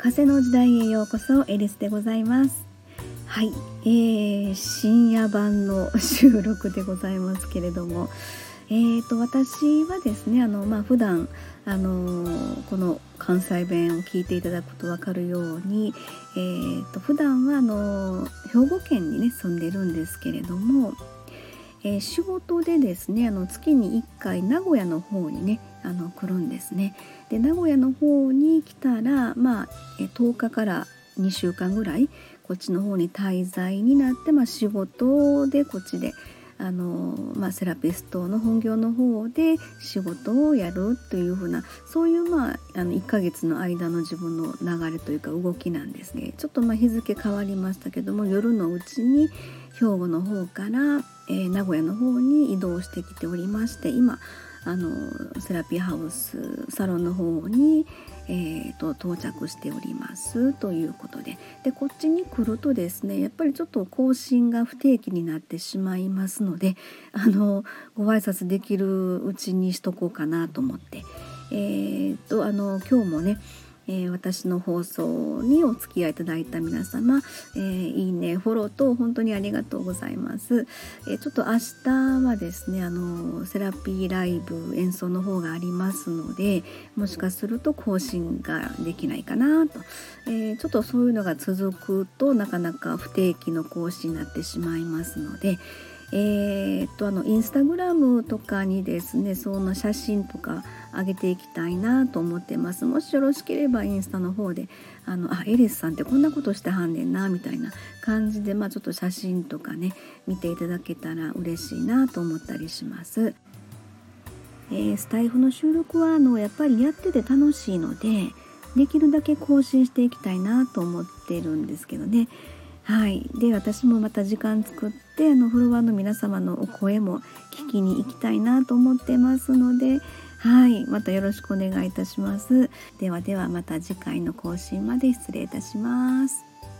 風の時代へようこそ。エリスでございます。はい、深夜版の収録でございますけれども、私はですね、普段この関西弁を聞いていただくと分かるように、普段は兵庫県にね住んでるんですけれども、仕事でですね月に1回名古屋の方にね来るんですね。で名古屋の方に来たら、10日から2週間ぐらいこっちの方に滞在になって、仕事でこっちでセラピストの本業の方で仕事をやるというふうな、そういう1ヶ月の間の自分の流れというか動きなんですね。ちょっと日付変わりましたけども、夜のうちに兵庫の方から、名古屋の方に移動してきておりまして、今セラピーハウスサロンの方に、到着しておりますということで、こっちに来るとですね、やっぱりちょっと更新が不定期になってしまいますので、ご挨拶できるうちにしとこうかなと思って、今日もね、私の放送にお付き合いいただいた皆様、いいねフォローと本当にありがとうございます。ちょっと明日はですねセラピーライブ演奏の方がありますので、もしかすると更新ができないかなと、ちょっとそういうのが続くとなかなか不定期の更新になってしまいますので、インスタグラムとかにですねそんな写真とか上げていきたいなと思ってます。もしよろしければインスタの方でエリスさんってこんなことしてはんねんなみたいな感じで、ちょっと写真とかね見ていただけたら嬉しいなと思ったりします。スタイフの収録はやっぱりやってて楽しいので、できるだけ更新していきたいなと思ってるんですけどね。はい、で私もまた時間作ってフォロワーの皆様のお声も聞きに行きたいなと思ってますので、はい、またよろしくお願いいたします。ではまた次回の更新まで失礼いたします。